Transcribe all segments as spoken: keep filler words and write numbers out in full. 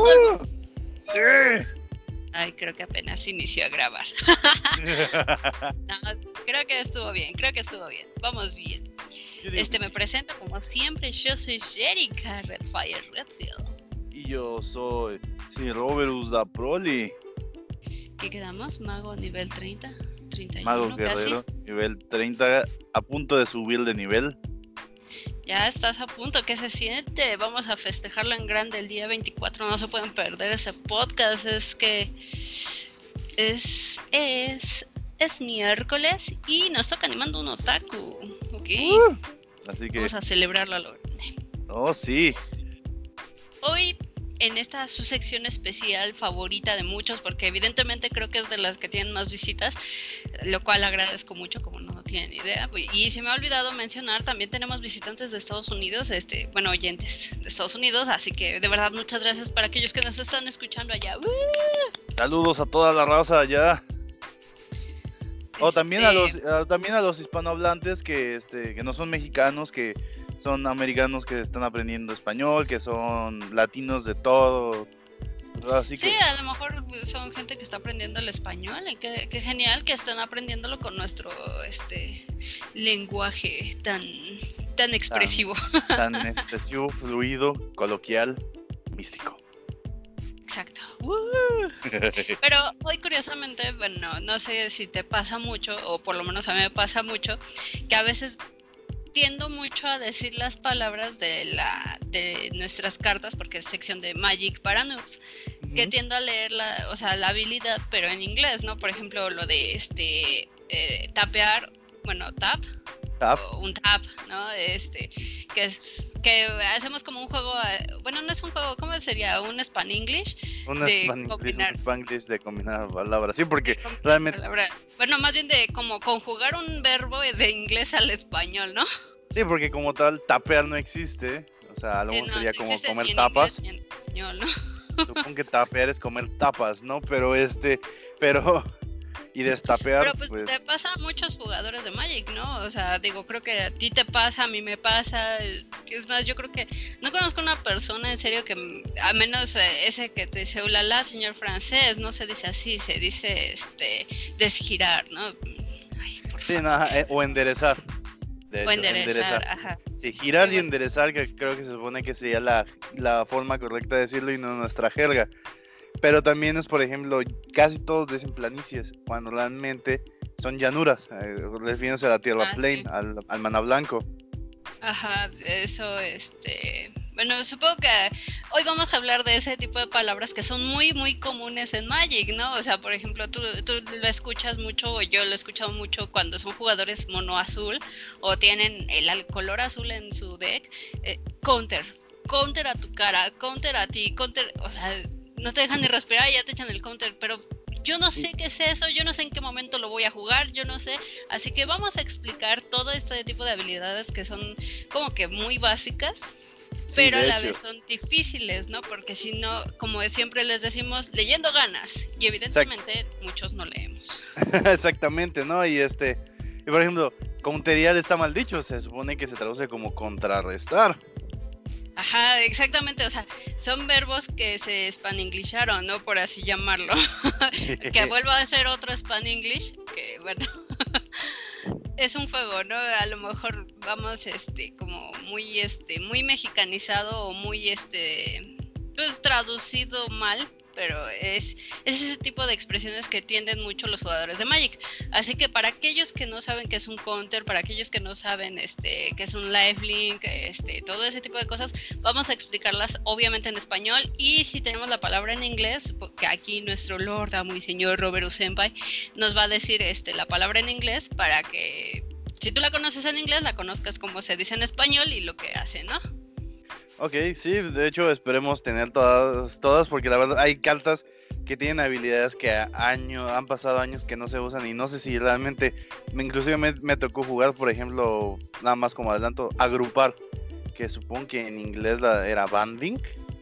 todo el mundo. ¡Sí! Ay, creo que apenas inició a grabar. No, creo que estuvo bien, creo que estuvo bien. Vamos bien. Este, me sí. presento como siempre, yo soy Jerica Redfire Redfield. Y yo soy sí, Roberus da Proli. ¿Qué quedamos? Mago nivel treinta, treinta y uno Mago Guerrero, casi. Nivel treinta, a punto de subir de nivel. Ya estás a punto, ¿qué se siente? Vamos a festejarlo en grande el día veinticuatro, no se pueden perder ese podcast, es que es, es, es miércoles y nos toca animando un otaku, ¿ok? Uh, así que... Vamos a celebrarlo a lo grande. Oh, sí. Hoy, en esta su sección especial favorita de muchos, porque evidentemente creo que es de las que tienen más visitas, lo cual agradezco mucho, como no tienen idea. Y se me ha olvidado mencionar, también tenemos visitantes de Estados Unidos, este, bueno, oyentes de Estados Unidos, así que de verdad muchas gracias para aquellos que nos están escuchando allá. ¡Uh! Saludos a toda la raza allá. Este... O también a los a, también a los hispanohablantes que este que no son mexicanos, que son americanos que están aprendiendo español, que son latinos de todo. Así sí, que... a lo mejor son gente que está aprendiendo el español y qué, qué genial que están aprendiéndolo con nuestro este lenguaje tan tan expresivo. Tan, tan expresivo, fluido, coloquial, místico. Exacto. Uh. Pero hoy curiosamente, bueno, no sé si te pasa mucho, o por lo menos a mí me pasa mucho, que a veces tiendo mucho a decir las palabras de la de nuestras cartas, porque es sección de Magic para noobs, uh-huh. que tiendo a leer la, o sea, la habilidad, pero en inglés, ¿no? Por ejemplo, lo de este eh, tapear, bueno, tap, tap. O un tap, ¿no? Este, que es que hacemos como un juego, bueno, no es un juego, ¿cómo sería? Un Spanglish. Un Spanglish de combinar palabras, sí, porque realmente... Palabras. Bueno, más bien de como conjugar un verbo de inglés al español, ¿no? Sí, porque como tal, tapear no existe, o sea, a lo mejor sí, no, sería como comer tapas. En español, ¿no? Supongo que tapear es comer tapas, ¿no? Pero este, pero... Y destapear, pero pues, pues te pasa a muchos jugadores de Magic, ¿no? O sea, digo, creo que a ti te pasa, a mí me pasa. Es más, yo creo que no conozco una persona en serio que, a menos eh, ese que te dice, ulala, señor francés, no se dice así, se dice este desgirar, ¿no? Ay, por sí, favor. No, eh, o enderezar. De hecho, o enderezar, enderezar, ajá. Sí, girar y enderezar, que creo que se supone que sería la, la forma correcta de decirlo y no nuestra jerga. Pero también es, por ejemplo, casi todos dicen planicies, cuando realmente son llanuras, eh, refiriéndose a la tierra ah, plain, sí. al, al maná blanco. Ajá, eso, este... Bueno, supongo que hoy vamos a hablar de ese tipo de palabras que son muy, muy comunes en Magic, ¿no? O sea, por ejemplo, tú, tú lo escuchas mucho, o yo lo he escuchado mucho cuando son jugadores mono azul, o tienen el color azul en su deck, eh, counter, counter a tu cara, counter a ti, counter, o sea... No te dejan ni respirar y ya te echan el counter, pero yo no sé qué es eso, yo no sé en qué momento lo voy a jugar, yo no sé, así que vamos a explicar todo este tipo de habilidades que son como que muy básicas, sí, pero a la vez son difíciles, ¿no? Porque si no, como siempre les decimos, leyendo ganas, y evidentemente Exact- muchos no leemos. Exactamente, ¿no? Y este, y por ejemplo, counterear está mal dicho, se supone que se traduce como contrarrestar. Ajá, exactamente, o sea, son verbos que se spaninglisharon, ¿no? Por así llamarlo. Que vuelva a ser otro Spanglish, que bueno, es un juego, ¿no? A lo mejor vamos, este, como muy, este, muy mexicanizado o muy, este, pues traducido mal, pero es, es ese tipo de expresiones que tienden mucho los jugadores de Magic. Así que para aquellos que no saben qué es un counter, para aquellos que no saben este, qué es un lifelink, este, todo ese tipo de cosas, vamos a explicarlas obviamente en español, y si tenemos la palabra en inglés, que aquí nuestro Lord, amo y señor Robert Senpai nos va a decir este, la palabra en inglés para que si tú la conoces en inglés, la conozcas como se dice en español y lo que hace, ¿no? Ok, sí, de hecho esperemos tener todas, todas porque la verdad hay cartas que tienen habilidades que año, han pasado años que no se usan y no sé si realmente, inclusive me, me tocó jugar, por ejemplo, nada más como adelanto, agrupar, que supongo que en inglés la, era banding,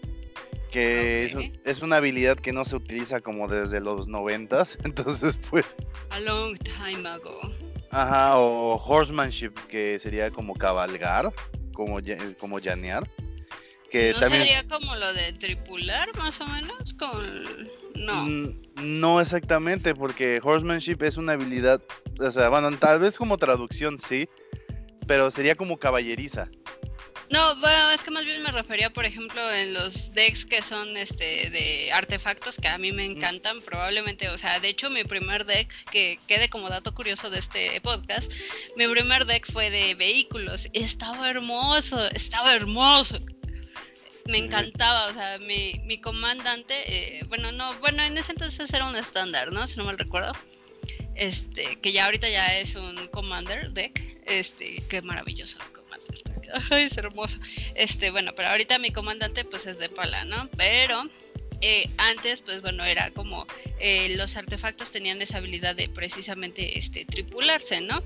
que okay. es, es una habilidad que no se utiliza como desde los noventas, entonces pues... A long time ago. Ajá, o horsemanship, que sería como cabalgar, como, como llanear. Que ¿No también... sería como lo de tripular, más o menos? Como el- No. No exactamente, porque horsemanship es una habilidad, o sea, bueno, tal vez como traducción sí, pero sería como caballeriza. No, bueno, es que más bien me refería, por ejemplo, en los decks que son este de artefactos que a mí me encantan, probablemente, o sea, de hecho mi primer deck, que quede como dato curioso de este podcast, mi primer deck fue de vehículos, estaba hermoso, estaba hermoso. Me encantaba, o sea, mi, mi comandante, eh, bueno, no, bueno, en ese entonces era un estándar, ¿no? Si no mal recuerdo. Este, que ya ahorita ya es un Commander deck, este, qué maravilloso Commander deck, ay, es hermoso, este, bueno, pero ahorita mi comandante pues es de pala, ¿no? Pero eh, antes, pues bueno, era como, eh, los artefactos tenían esa habilidad de precisamente, este, tripularse, ¿no?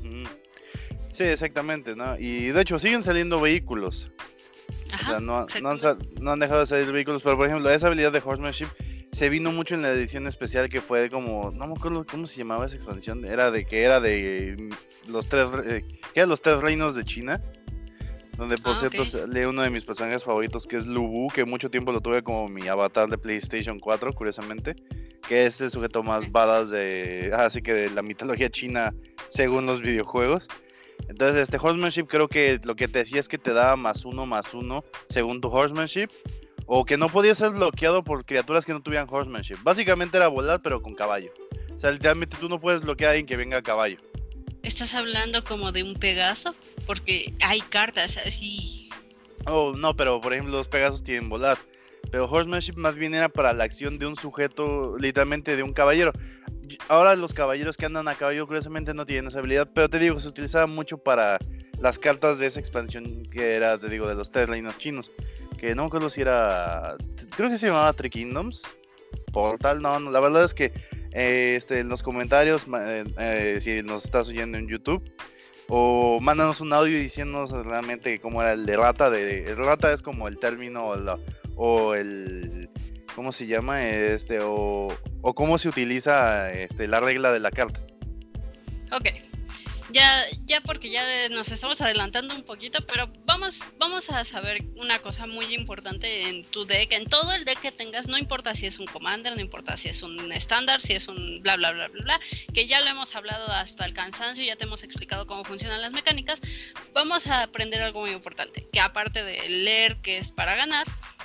Sí, exactamente, ¿no? Y de hecho siguen saliendo vehículos. Ajá, o sea, no, no, han, sal- no han dejado de salir vehículos, pero por ejemplo, esa habilidad de horsemanship se vino mucho en la edición especial que fue como, no me acuerdo cómo se llamaba esa expansión, era de que era de mm, los tres, eh, que eran los tres reinos de China, donde por Ah, cierto ok. sale uno de mis personajes favoritos que es Lu Bu, que mucho tiempo lo tuve como mi avatar de PlayStation cuatro, curiosamente, que es el sujeto más Ok. badass de, así que de la mitología china según los videojuegos. Entonces, este horsemanship creo que lo que te decía es que te daba más uno más uno según tu horsemanship, o que no podía ser bloqueado por criaturas que no tuvieran horsemanship. Básicamente era volar, pero con caballo. O sea, literalmente tú no puedes bloquear a alguien que venga a caballo. ¿Estás hablando como de un Pegaso? Porque hay cartas así. Oh, no, pero por ejemplo, los Pegasos tienen volar. Pero horsemanship más bien era para la acción de un sujeto, literalmente de un caballero. Ahora los caballeros que andan a caballo curiosamente no tienen esa habilidad, pero te digo, se utilizaba mucho para las cartas de esa expansión que era, te digo, de los tres reinos chinos. Que no me acuerdo si era, creo que se llamaba Three Kingdoms, Portal, no, no, la verdad es que eh, este, en los comentarios, eh, eh, si nos estás oyendo en YouTube, o mándanos un audio diciéndonos realmente cómo era el de rata. De, el rata es como el término o, la, o el... ¿Cómo se llama? Este, o, o cómo se utiliza este, la regla de la carta. Ok. Ya, ya porque ya de, nos estamos adelantando un poquito, pero vamos, vamos a saber una cosa muy importante en tu deck, en todo el deck que tengas, no importa si es un commander, no importa si es un estándar, si es un bla bla bla bla bla, que ya lo hemos hablado hasta el cansancio, ya te hemos explicado cómo funcionan las mecánicas. Vamos a aprender algo muy importante, que aparte de leer que es para ganar,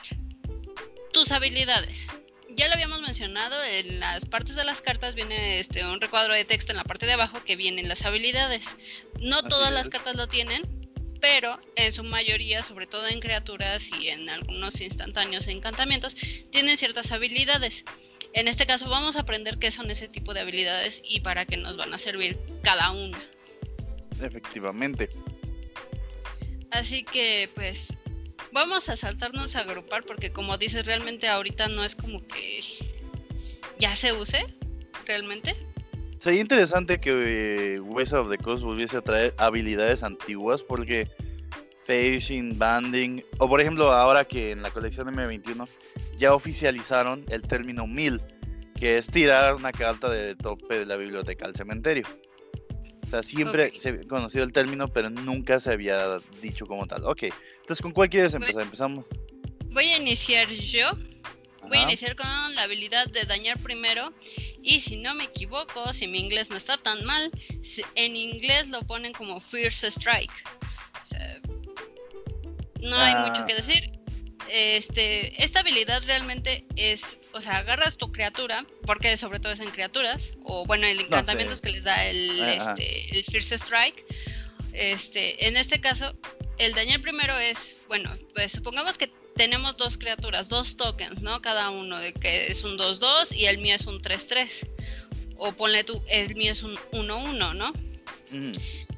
tus habilidades. Ya lo habíamos mencionado, en las partes de las cartas viene este, un recuadro de texto en la parte de abajo que vienen las habilidades. No Así todas es. las cartas lo tienen, pero en su mayoría, sobre todo en criaturas y en algunos instantáneos e encantamientos, tienen ciertas habilidades. En este caso vamos a aprender qué son ese tipo de habilidades y para qué nos van a servir cada una. Efectivamente. Así que pues vamos a saltarnos a agrupar porque como dices, realmente ahorita no es como que ya se use, realmente. Sería interesante que eh, Wizard of the Coast volviese a traer habilidades antiguas porque Phasing, Banding, o por ejemplo ahora que en la colección M veintiuno ya oficializaron el término mil, que es tirar una carta de tope de la biblioteca al cementerio. O sea, siempre Okay. se había conocido el término, pero nunca se había dicho como tal. Ok, entonces ¿con cuál quieres empezar? Empezamos. Voy a iniciar yo. Voy a Ajá. iniciar con la habilidad de dañar primero. Y si no me equivoco, si mi inglés no está tan mal, en inglés lo ponen como First Strike. O sea, no hay Ah, mucho que decir. Este, esta habilidad realmente es, o sea, agarras tu criatura, porque sobre todo es en criaturas, o bueno, el encantamiento no sé. es que les da el, Ajá. este, el First Strike. Este, en este caso, el dañar primero es, bueno, pues supongamos que tenemos dos criaturas, dos tokens, ¿no? Cada uno, de que es un dos dos y el mío es un tres tres. O ponle tú, el mío es un uno uno, ¿no? Mm.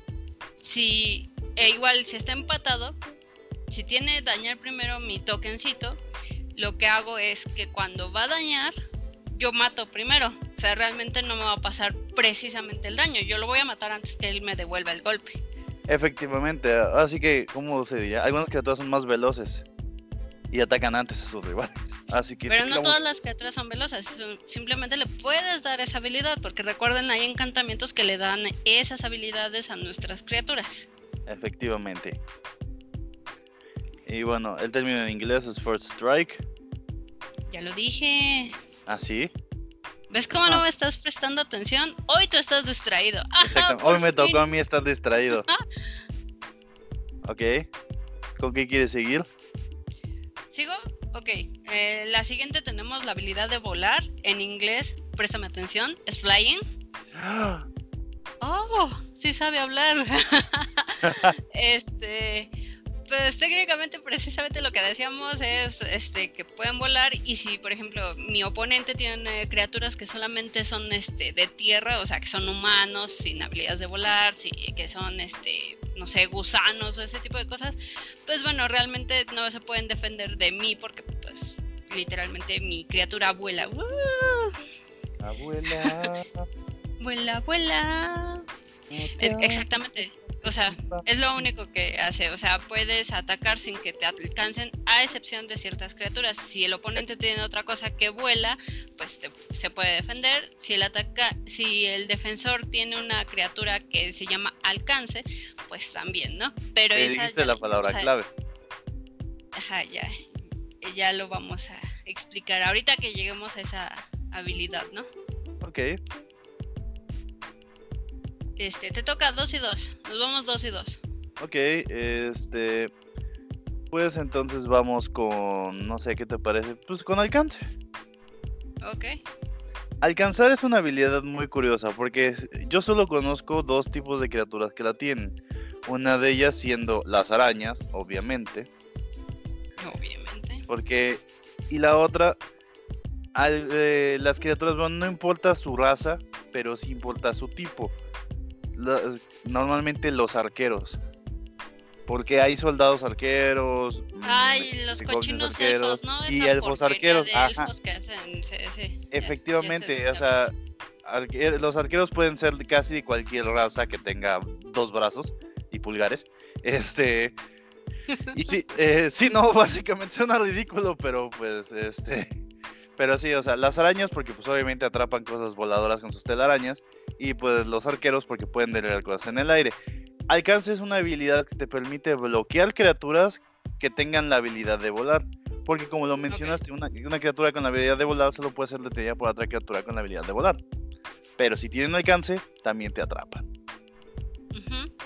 Si, e igual, si está empatado, si tiene dañar primero mi tokencito, lo que hago es que cuando va a dañar, yo mato primero. O sea, realmente no me va a pasar precisamente el daño. Yo lo voy a matar antes que él me devuelva el golpe. Efectivamente, así que, ¿cómo se diría? Algunas criaturas son más veloces y atacan antes a sus rivales. Así que Pero no teclamos- todas las criaturas son velozas, simplemente le puedes dar esa habilidad, porque recuerden, hay encantamientos que le dan esas habilidades a nuestras criaturas. Efectivamente. Y bueno, el término en inglés es First Strike. Ya lo dije. ¿Ah, sí? ¿Ves cómo ah. no me estás prestando atención? Hoy tú estás distraído. Exacto. Hoy me fin. tocó a mí estar distraído. Ok. ¿Con qué quieres seguir? ¿Sigo? Ok. Eh, la siguiente tenemos la habilidad de volar. En inglés, préstame atención, es flying. Oh, sí sabe hablar. este... Pues técnicamente precisamente lo que decíamos es este que pueden volar, y si por ejemplo mi oponente tiene criaturas que solamente son este de tierra, o sea que son humanos sin habilidades de volar, sí, que son este no sé, gusanos o ese tipo de cosas, pues bueno, realmente no se pueden defender de mí porque pues literalmente mi criatura vuela. ¡Uh! Abuela. Vuela, vuela. Exactamente. O sea, es lo único que hace. O sea, puedes atacar sin que te alcancen, a excepción de ciertas criaturas. Si el oponente tiene otra cosa que vuela, pues te, se puede defender. Si el ataca, si el defensor tiene una criatura que se llama alcance, pues también, ¿no? Pero esa dijiste ya, la palabra o sea, clave. Ajá, ya. Ya lo vamos a explicar ahorita que lleguemos a esa habilidad, ¿no? Ok. Este, te toca dos y dos. Nos vamos dos y dos. Ok, este... pues entonces vamos con... no sé, ¿qué te parece? Pues con alcance. Ok. Alcanzar es una habilidad muy curiosa porque yo solo conozco dos tipos de criaturas que la tienen. Una de ellas siendo las arañas, obviamente. Obviamente. Porque... y la otra... Al, eh, las criaturas, bueno, no importa su raza, pero sí importa su tipo. Los, normalmente los arqueros, porque hay soldados arqueros, ay, los cochinos arqueros, elfos, ¿no? Y elfos arqueros, de ajá. Elfos que hacen, sí, sí, efectivamente, ya, ya o sea, arque- los arqueros pueden ser casi de cualquier raza que tenga dos brazos y pulgares, este, y sí, eh, sí, no, básicamente suena ridículo, pero pues, este... pero sí, o sea, las arañas porque pues obviamente atrapan cosas voladoras con sus telarañas, y pues los arqueros porque pueden delegar cosas en el aire. Alcance es una habilidad que te permite bloquear criaturas que tengan la habilidad de volar, porque como lo mencionaste, okay, una, una criatura con la habilidad de volar solo puede ser detenida por otra criatura con la habilidad de volar, pero si tienen alcance también te atrapan. Uh-huh.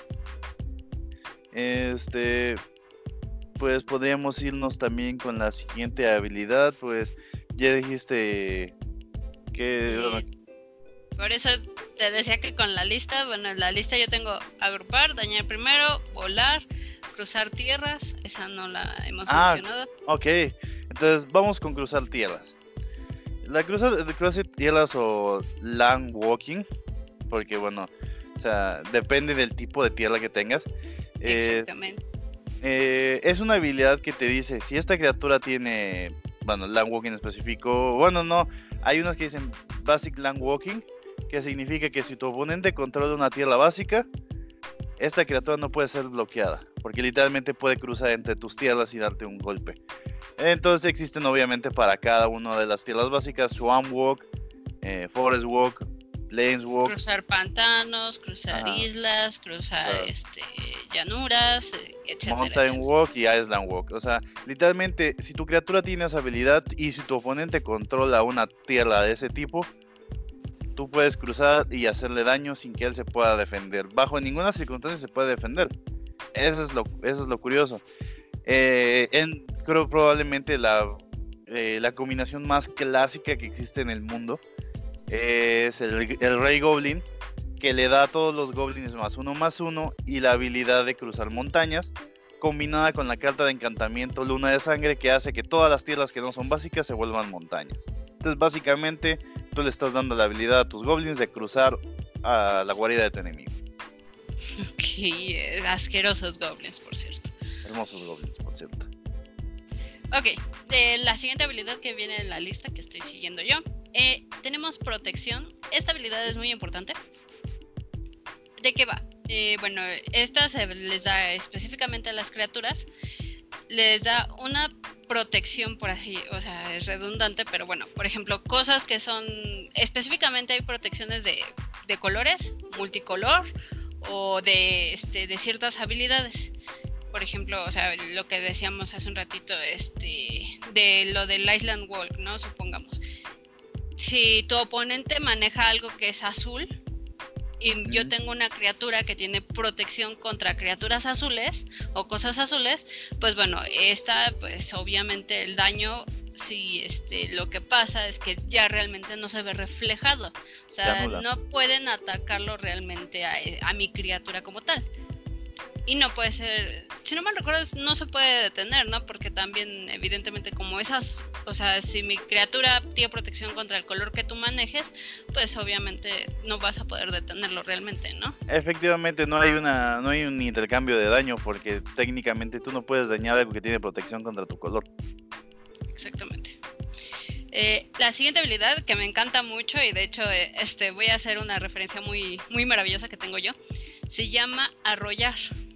Este, pues podríamos irnos también con la siguiente habilidad, pues ya dijiste que... Sí. Por eso te decía que con la lista, bueno, en la lista yo tengo agrupar, dañar primero, volar, cruzar tierras, esa no la hemos ah, mencionado. Ok, entonces vamos con cruzar tierras. La cruzar, cruzar tierras o land walking, porque bueno, o sea, depende del tipo de tierra que tengas. Exactamente. Es, eh, es una habilidad que te dice, si esta criatura tiene... bueno, land walking específico, bueno, no, hay unas que dicen basic land walking, que significa que si tu oponente controla una tierra básica, esta criatura no puede ser bloqueada, porque literalmente puede cruzar entre tus tierras y darte un golpe. Entonces existen obviamente para cada una de las tierras básicas, Swamp Walk, eh, Forest Walk, Plains Walk. Cruzar pantanos, cruzar Ajá. islas, cruzar claro. este, llanuras, etcétera. Mountain etcétera. Walk y Island Walk. O sea, literalmente, si tu criatura tiene esa habilidad y si tu oponente controla una tierra de ese tipo, tú puedes cruzar y hacerle daño sin que él se pueda defender. Bajo ninguna circunstancia se puede defender. Eso es lo, eso es lo curioso. Eh, en, creo probablemente la, eh, la combinación más clásica que existe en el mundo es el, el Rey Goblin, que le da a todos los goblins más uno más uno y la habilidad de cruzar montañas, combinada con la carta de encantamiento Luna de Sangre, que hace que todas las tierras que no son básicas se vuelvan montañas. Entonces básicamente tú le estás dando la habilidad a tus goblins de cruzar a la guarida de tu enemigo. Ok, eh, asquerosos goblins, por cierto. Hermosos goblins, por cierto. Ok, de la siguiente habilidad que viene en la lista que estoy siguiendo yo, eh, tenemos protección. Esta habilidad es muy importante. ¿De qué va? Eh, bueno, esta se les da específicamente a las criaturas, les da una protección, por así, o sea, es redundante, pero bueno, por ejemplo, cosas que son, específicamente hay protecciones de, de colores, multicolor, o de, este, de ciertas habilidades. por ejemplo, o sea, lo que decíamos hace un ratito, este, de lo del Island Walk, ¿no? Supongamos. Si tu oponente maneja algo que es azul y mm. yo tengo una criatura que tiene protección contra criaturas azules o cosas azules, pues bueno, esta, pues obviamente el daño, si este, lo que pasa es que ya realmente no se ve reflejado. O sea, no pueden atacarlo realmente a, a mi criatura como tal. Y no puede ser, si no mal recuerdo, no se puede detener, ¿no? Porque también, evidentemente, como esas, o sea, si mi criatura tiene protección contra el color que tú manejes, pues obviamente no vas a poder detenerlo realmente, ¿no? Efectivamente, no hay una, no hay un intercambio de daño, porque técnicamente tú no puedes dañar algo que tiene protección contra tu color. Exactamente. Eh, la siguiente habilidad que me encanta mucho, y de hecho eh, este, voy a hacer una referencia muy, muy maravillosa que tengo yo, se llama arrollar.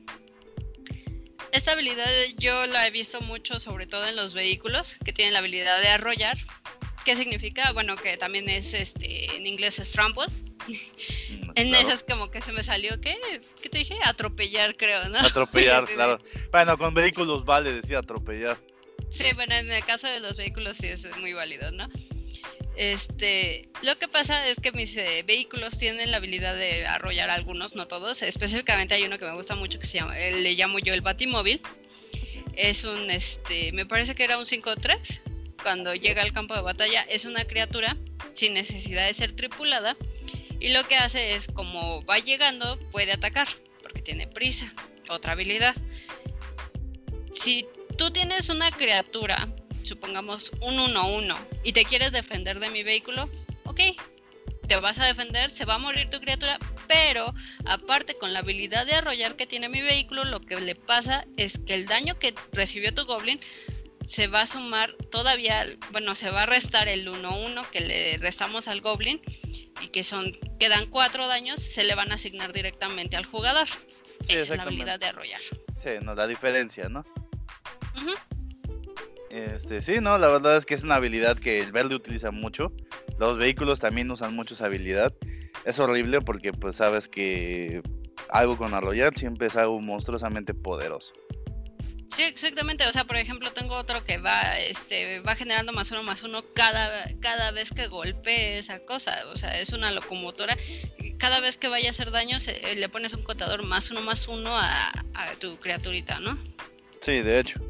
Esta habilidad yo la he visto mucho, sobre todo en los vehículos, que tienen la habilidad de arrollar. ¿Qué significa? Bueno, que también es, este, en inglés es trample. Mm, en claro. Esas como que se me salió, ¿qué? ¿Qué te dije? Atropellar, creo, ¿no? Atropellar, sí, claro. Sí. Bueno, con vehículos vale decir atropellar. Sí, bueno, en el caso de los vehículos sí es muy válido, ¿no? Este, lo que pasa es que mis eh, vehículos tienen la habilidad de arrollar algunos, no todos. Específicamente hay uno que me gusta mucho que se llama, eh, le llamo yo el Batimóvil. Es un, este, me parece que era un cinco tres. Cuando llega al campo de batalla es una criatura sin necesidad de ser tripulada. Y lo que hace es, como va llegando, puede atacar, porque tiene prisa. Otra habilidad. Si tú tienes una criatura, supongamos un uno uno, y te quieres defender de mi vehículo, ok, te vas a defender, se va a morir tu criatura, pero aparte con la habilidad de arrollar que tiene mi vehículo, lo que le pasa es que el daño que recibió tu goblin se va a sumar todavía, bueno, se va a restar el uno uno que le restamos al goblin, y que son, quedan cuatro daños, se le van a asignar directamente al jugador. Sí, esa es la habilidad de arrollar. Sí, no da diferencia, ¿no? Uh-huh. Este, sí, no, la verdad es que es una habilidad que el verde utiliza mucho. Los vehículos también usan mucho esa habilidad. Es horrible porque pues sabes que algo con arrollar siempre es algo monstruosamente poderoso. Sí, exactamente. O sea, por ejemplo, tengo otro que va, este, va generando más uno más uno cada, cada vez que golpee esa cosa. O sea, es una locomotora. Cada vez que vaya a hacer daño, se, le pones un contador más uno más uno a, a tu criaturita, ¿no? Sí, de hecho.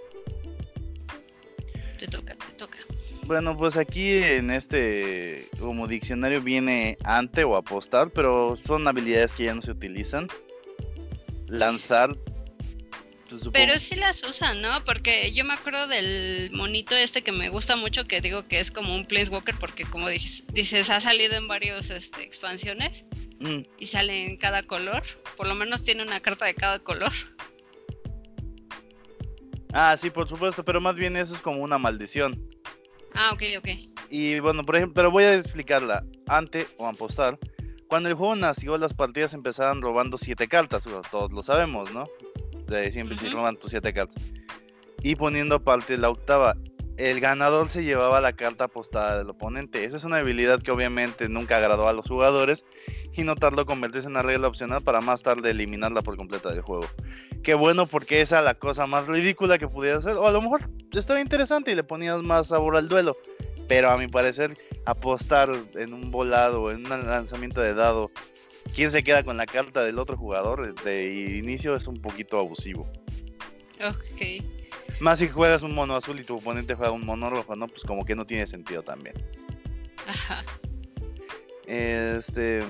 Te toca, te toca. Bueno, pues aquí en este como diccionario viene ante o apostar, pero son habilidades que ya no se utilizan. Lanzar. Pero sí las usan, ¿no? Porque yo me acuerdo del monito este que me gusta mucho, que digo que es como un Planeswalker, porque como dices, dices ha salido en varios este, expansiones mm. y sale en cada color. Por lo menos tiene una carta de cada color. Ah, sí, por supuesto, pero más bien eso es como una maldición. Ah, ok, ok. Y bueno, por ejemplo, pero voy a explicarla. Ante o apostar. Cuando el juego nació, las partidas empezaban robando siete cartas. Bueno, todos lo sabemos, ¿no? De siempre uh-huh. se roban tus siete cartas. Y poniendo aparte la octava. El ganador se llevaba la carta apostada del oponente. Esa es una habilidad que obviamente nunca agradó a los jugadores. Y no tardó convertirse en una regla opcional para más tarde eliminarla por completa del juego. Qué bueno, porque esa es la cosa más ridícula que pudiera hacer. O a lo mejor estaba interesante y le ponías más sabor al duelo. Pero a mi parecer, apostar en un volado o en un lanzamiento de dado, quién se queda con la carta del otro jugador de inicio, es un poquito abusivo. Ok. Más si juegas un mono azul y tu oponente juega un mono rojo, ¿no? Pues como que no tiene sentido también. Ajá. Este...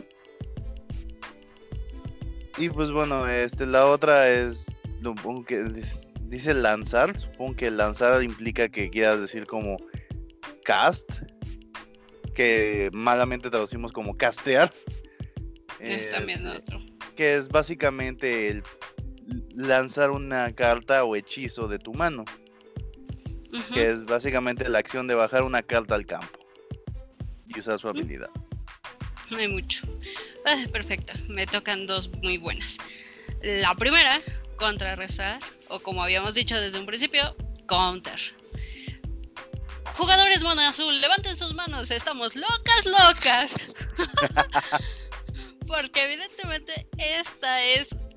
Y pues bueno, este, la otra es, supongo que dice lanzar, supongo que lanzar implica que quieras decir como cast, que malamente traducimos como castear. Es también otro. Que es básicamente el lanzar una carta o hechizo de tu mano. Uh-huh. Que es básicamente la acción de bajar una carta al campo y usar su habilidad. No hay mucho. Ah, perfecto, me tocan dos muy buenas. La primera, contrarrestar, o como habíamos dicho desde un principio, counter. Jugadores mono azul, levanten sus manos, estamos locas, locas. Porque evidentemente esta es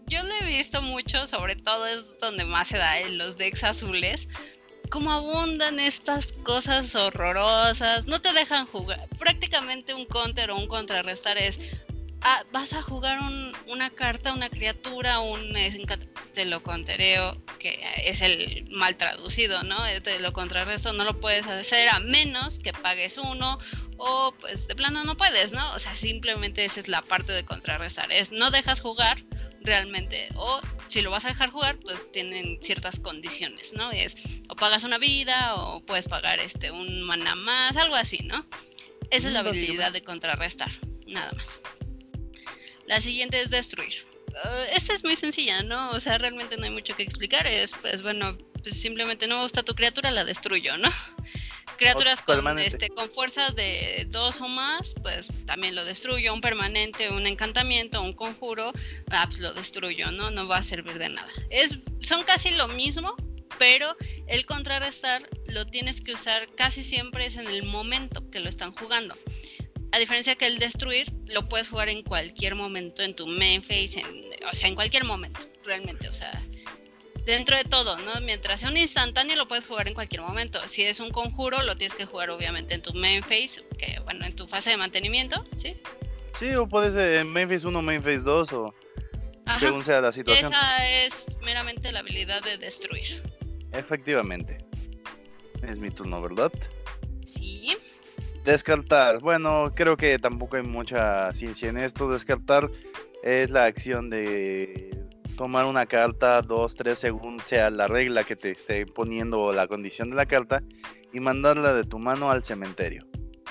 yo lo he visto mucho, sobre todo es donde más se da en los decks azules, cómo abundan estas cosas horrorosas, no te dejan jugar. Prácticamente un counter o un contrarrestar es, ah, vas a jugar un, una carta, una criatura, un encanto, te lo countereo, que es el mal traducido, ¿no? Te lo contrarresto, no lo puedes hacer a menos que pagues uno, o pues de plano no puedes, ¿no? O sea, simplemente esa es la parte de contrarrestar, es no dejas jugar realmente, o si lo vas a dejar jugar, pues tienen ciertas condiciones, ¿no? Es o pagas una vida, o puedes pagar este un mana más, algo así, ¿no? Esa es la habilidad de contrarrestar, nada más. La siguiente es destruir. Uh, esta es muy sencilla, ¿no? O sea, realmente no hay mucho que explicar. Es, pues bueno, pues simplemente no me gusta tu criatura, la destruyo, ¿no? Criaturas con, este, con fuerzas de dos o más, pues también lo destruyo. Un permanente, un encantamiento, un conjuro, ah, pues lo destruyo, ¿no? No va a servir de nada. Es, son casi lo mismo, pero el contrarrestar lo tienes que usar casi siempre es en el momento que lo están jugando. A diferencia que el destruir, lo puedes jugar en cualquier momento en tu main phase, en, o sea, en cualquier momento, realmente, o sea, dentro de todo, ¿no? Mientras sea un instantáneo, lo puedes jugar en cualquier momento. Si es un conjuro, lo tienes que jugar obviamente en tu main phase, que bueno, en tu fase de mantenimiento, ¿sí? Sí, o puedes en main phase uno, main phase dos, o ajá, según sea la situación. Esa es meramente la habilidad de destruir. Efectivamente. Es mi turno, ¿verdad? Sí. Descartar, bueno, creo que tampoco hay mucha ciencia en esto. Descartar es la acción de tomar una carta, dos, tres, según sea la regla que te esté poniendo o la condición de la carta, y mandarla de tu mano al cementerio.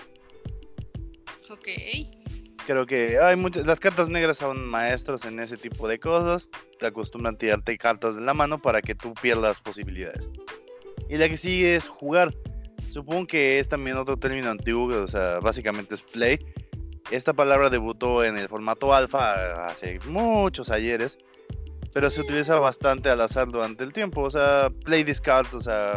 Ok. Creo que hay muchas, las cartas negras son maestros en ese tipo de cosas. Te acostumbran a tirarte cartas de la mano para que tú pierdas posibilidades. Y la que sigue es jugar. Supongo que es también otro término antiguo, o sea, básicamente es play. Esta palabra debutó en el formato alfa hace muchos ayeres, pero se utiliza bastante al azar durante el tiempo. O sea, play discard, o sea,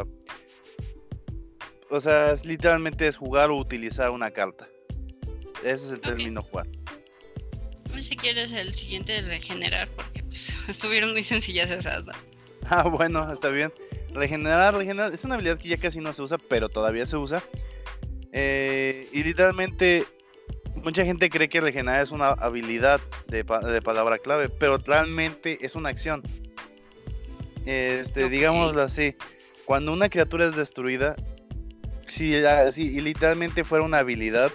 o sea, es, literalmente es jugar o utilizar una carta. Ese es el okay. término jugar. No sé si quieres el siguiente de regenerar, porque pues, estuvieron muy sencillas esas, ¿no? Ah, bueno, está bien. Regenerar, regenerar, es una habilidad que ya casi no se usa, pero todavía se usa. Eh, y literalmente, mucha gente cree que regenerar es una habilidad de, de palabra clave, pero realmente es una acción. Este, okay. Digámoslo así, cuando una criatura es destruida, si, si literalmente fuera una habilidad,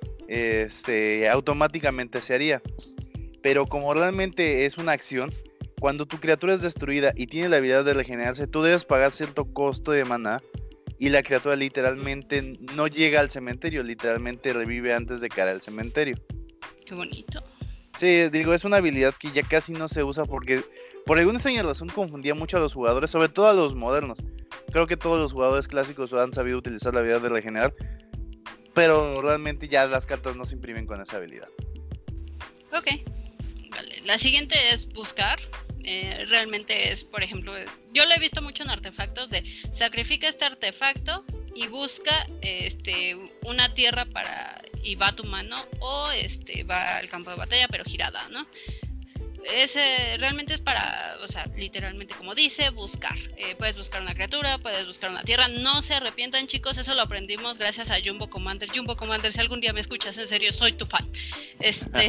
este, automáticamente se haría. Pero como realmente es una acción, cuando tu criatura es destruida y tiene la habilidad de regenerarse, tú debes pagar cierto costo de maná y la criatura literalmente no llega al cementerio, literalmente revive antes de caer al cementerio. Qué bonito. Sí, digo, es una habilidad que ya casi no se usa porque por alguna extraña razón confundía mucho a los jugadores, sobre todo a los modernos. Creo que todos los jugadores clásicos han sabido utilizar la habilidad de regenerar, pero realmente ya las cartas no se imprimen con esa habilidad. Ok, vale. La siguiente es buscar. Eh, realmente es, por ejemplo, yo lo he visto mucho en artefactos de sacrifica este artefacto y busca este una tierra para y va a tu mano, o este va al campo de batalla pero girada, ¿no? Ese realmente es para, o sea, literalmente como dice, buscar. Eh, puedes buscar una criatura, puedes buscar una tierra. No se arrepientan, chicos, eso lo aprendimos gracias a Jumbo Commander. Jumbo Commander, si algún día me escuchas, en serio, soy tu fan. Este...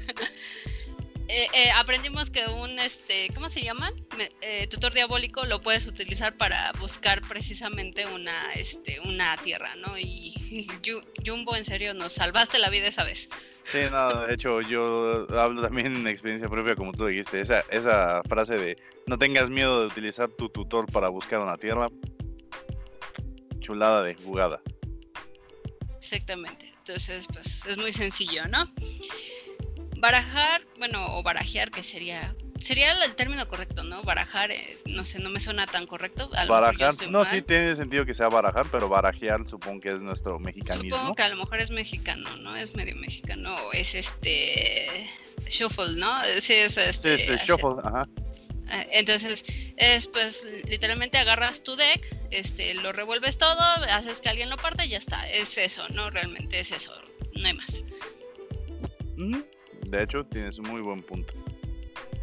Eh, eh, aprendimos que un, este, ¿cómo se llaman? Eh, tutor diabólico lo puedes utilizar para buscar precisamente una, este, una tierra, ¿no? Y, y Jumbo, en serio, nos salvaste la vida esa vez. Sí, no, de hecho, yo hablo también en experiencia propia, como tú dijiste, esa, esa frase de no tengas miedo de utilizar tu tutor para buscar una tierra, chulada de jugada. Exactamente, entonces, pues, es muy sencillo, ¿no? Barajar, bueno, o barajear, que sería sería el término correcto, ¿no? Barajar, eh, no sé, no me suena tan correcto. A lo barajar, no, mal. Sí tiene sentido que sea barajar, pero barajear supongo que es nuestro mexicanismo. Supongo que a lo mejor es mexicano, ¿no? Es medio mexicano, o es este... shuffle, ¿no? Sí, es este... Sí, es shuffle, ajá. Entonces, es pues, literalmente agarras tu deck, este, lo revuelves todo, haces que alguien lo parte y ya está. Es eso, ¿no? Realmente es eso, no hay más. Uh-huh. De hecho, tienes un muy buen punto.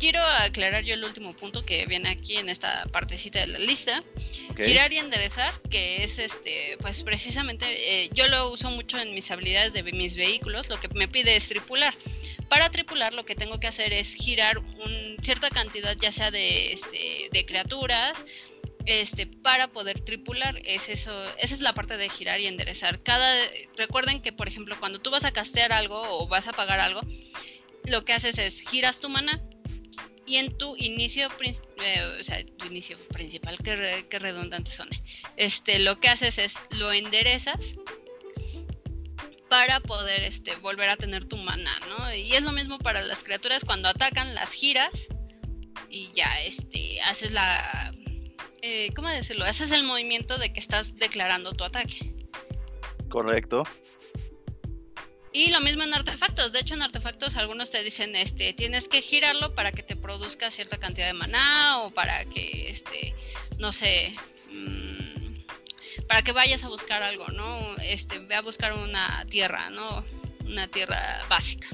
quiero aclarar yo el último punto que viene aquí en esta partecita de la lista. Okay. Girar y enderezar, que es este, pues precisamente, eh, yo lo uso mucho en mis habilidades de mis vehículos. Lo que me pide es tripular. Para tripular lo que tengo que hacer es girar un, cierta cantidad, ya sea de, este, de criaturas, este, para poder tripular. Es eso, esa es la parte de girar y enderezar. Cada, recuerden que, por ejemplo, cuando tú vas a castear algo o vas a pagar algo, lo que haces es giras tu mana y en tu inicio, eh, o sea, tu inicio principal, que, re, que redundante son, este, lo que haces es lo enderezas para poder este, volver a tener tu mana, ¿no? Y es lo mismo para las criaturas. Cuando atacan, las giras y ya este, haces la... Eh, ¿Cómo decirlo? Haces el movimiento de que estás declarando tu ataque. Correcto. Y lo mismo en artefactos. De hecho, en artefactos algunos te dicen, este, tienes que girarlo para que te produzca cierta cantidad de maná o para que, este, no sé, mmm, para que vayas a buscar algo, ¿no? Este, ve a buscar una tierra, ¿no? Una tierra básica.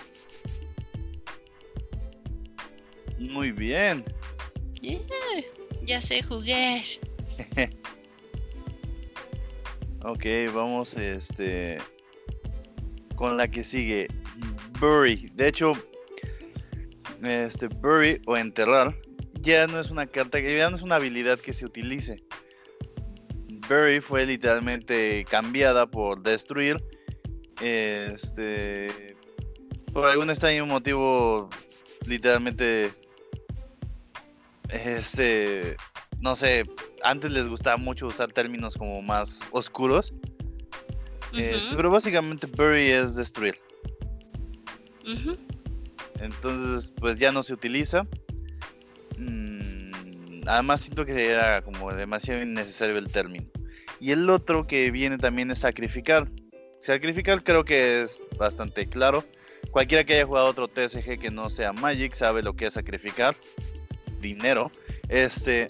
Muy bien. Yeah, ya sé jugar. Ok, vamos, este... con la que sigue, Bury. De hecho, este Bury o enterrar ya no es una carta, ya no es una habilidad que se utilice. Bury fue literalmente cambiada por destruir. Este, por algún extraño motivo, literalmente, este, no sé, antes les gustaba mucho usar términos como más oscuros. Uh-huh. Este, pero básicamente Bury es destruir. Uh-huh. Entonces pues ya no se utiliza. mm, Además siento que era como demasiado innecesario el término. Y el otro que viene también es sacrificar. Sacrificar creo que es bastante claro. Cualquiera que haya jugado otro T S G que no sea Magic sabe lo que es sacrificar dinero. Este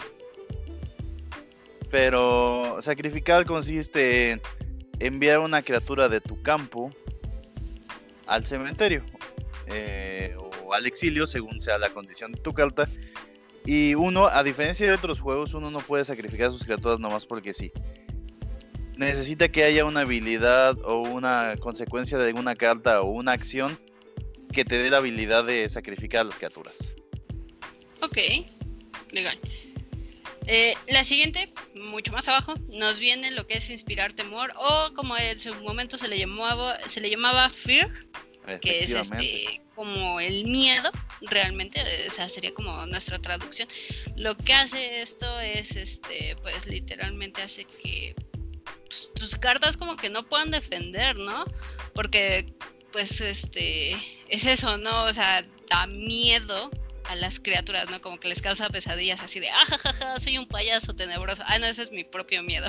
Pero sacrificar consiste en enviar una criatura de tu campo al cementerio eh, o al exilio, según sea la condición de tu carta. Y uno, a diferencia de otros juegos, uno no puede sacrificar sus criaturas nomás porque sí. Necesita que haya una habilidad o una consecuencia de alguna carta o una acción que te dé la habilidad de sacrificar a las criaturas. Ok, legal. Eh, la siguiente, mucho más abajo, nos viene lo que es inspirar temor, o como en su momento se le llamaba, se le llamaba fear, que es este como el miedo, realmente, esa sería como nuestra traducción. Lo que hace esto es, este, pues literalmente hace que pues, tus cartas como que no puedan defender, ¿no? Porque, pues, este, es eso, ¿no? O sea, da miedo a las criaturas, ¿no? Como que les causa pesadillas así de ¡ah, jajaja! Soy un payaso tenebroso. Ah, no, ese es mi propio miedo.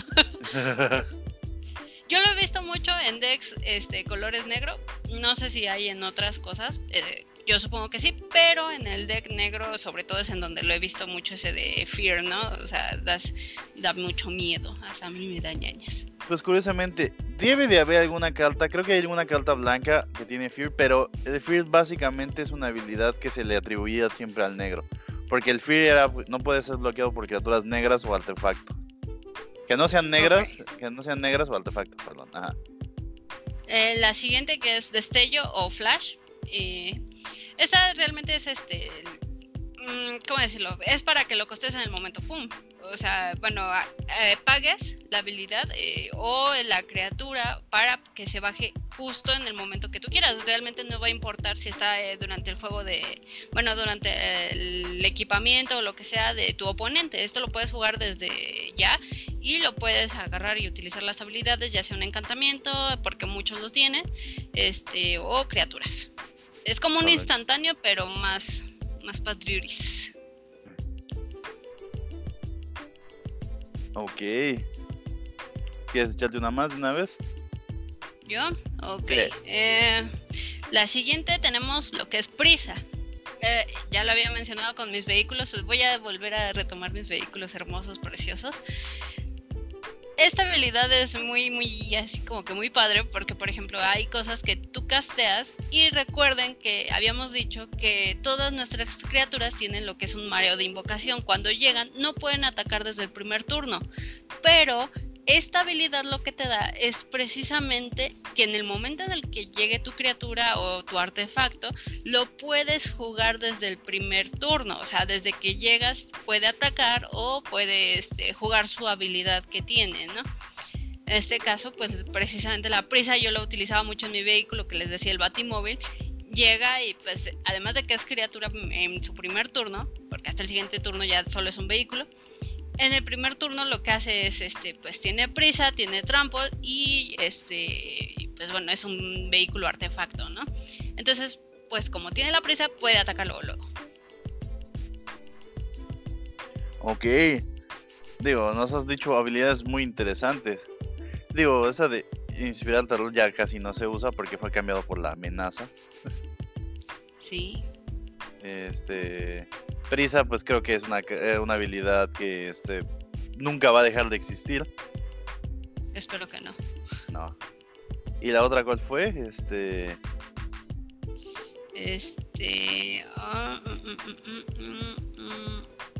Yo lo he visto mucho en decks este, colores negro. No sé si hay en otras cosas. Eh, yo supongo que sí, pero en el deck negro, sobre todo, es en donde lo he visto mucho ese de Fear, ¿no? O sea, das, da mucho miedo. Hasta a mí me da ñañas. Pues curiosamente, debe de haber alguna carta, creo que hay alguna carta blanca que tiene Fear, pero el Fear básicamente es una habilidad que se le atribuía siempre al negro. Porque el Fear era, no puede ser bloqueado por criaturas negras o artefacto. Que no sean negras, okay. que no sean negras o artefacto, perdón. Ajá. Eh, la siguiente, que es destello o flash. Eh, esta realmente es este... ¿Cómo decirlo? Es para que lo costes en el momento, ¡pum! O sea, bueno, eh, pagues la habilidad eh, o la criatura para que se baje justo en el momento que tú quieras. Realmente no va a importar si está eh, durante el juego de... Bueno, durante el equipamiento o lo que sea de tu oponente. Esto lo puedes jugar desde ya y lo puedes agarrar y utilizar las habilidades, ya sea un encantamiento, porque muchos los tienen, este, o criaturas. Es como un instantáneo, pero más... más patriotis. Ok. ¿Quieres echarte una más de una vez? ¿Yo? Ok. Sí. Eh, la siguiente tenemos lo que es prisa. Eh, ya lo había mencionado con mis vehículos. Voy a volver a retomar mis vehículos hermosos, preciosos. esta habilidad es muy, muy, así como que muy padre, porque por ejemplo hay cosas que tú casteas y recuerden que habíamos dicho que todas nuestras criaturas tienen lo que es un mareo de invocación. Cuando llegan no pueden atacar desde el primer turno, pero esta habilidad lo que te da es precisamente que en el momento en el que llegue tu criatura o tu artefacto, lo puedes jugar desde el primer turno. O sea, desde que llegas puede atacar o puede este, jugar su habilidad que tiene, ¿no? En este caso, pues precisamente la prisa yo la utilizaba mucho en mi vehículo, que les decía, el Batimóvil. Llega y pues además de que es criatura en su primer turno, porque hasta el siguiente turno ya solo es un vehículo, en el primer turno lo que hace es, este, pues tiene prisa, tiene trample y, este, pues bueno, es un vehículo artefacto, ¿no? Entonces, pues como tiene la prisa, puede atacar luego, luego. Ok. Digo, nos has dicho habilidades muy interesantes. Digo, esa de inspirar terror ya casi no se usa porque fue cambiado por la amenaza. Sí. Este... Prisa, pues creo que es una, una habilidad que este nunca va a dejar de existir. Espero que no. No. ¿Y la otra cuál fue? Este. Este. Uh, mm, mm, mm, mm,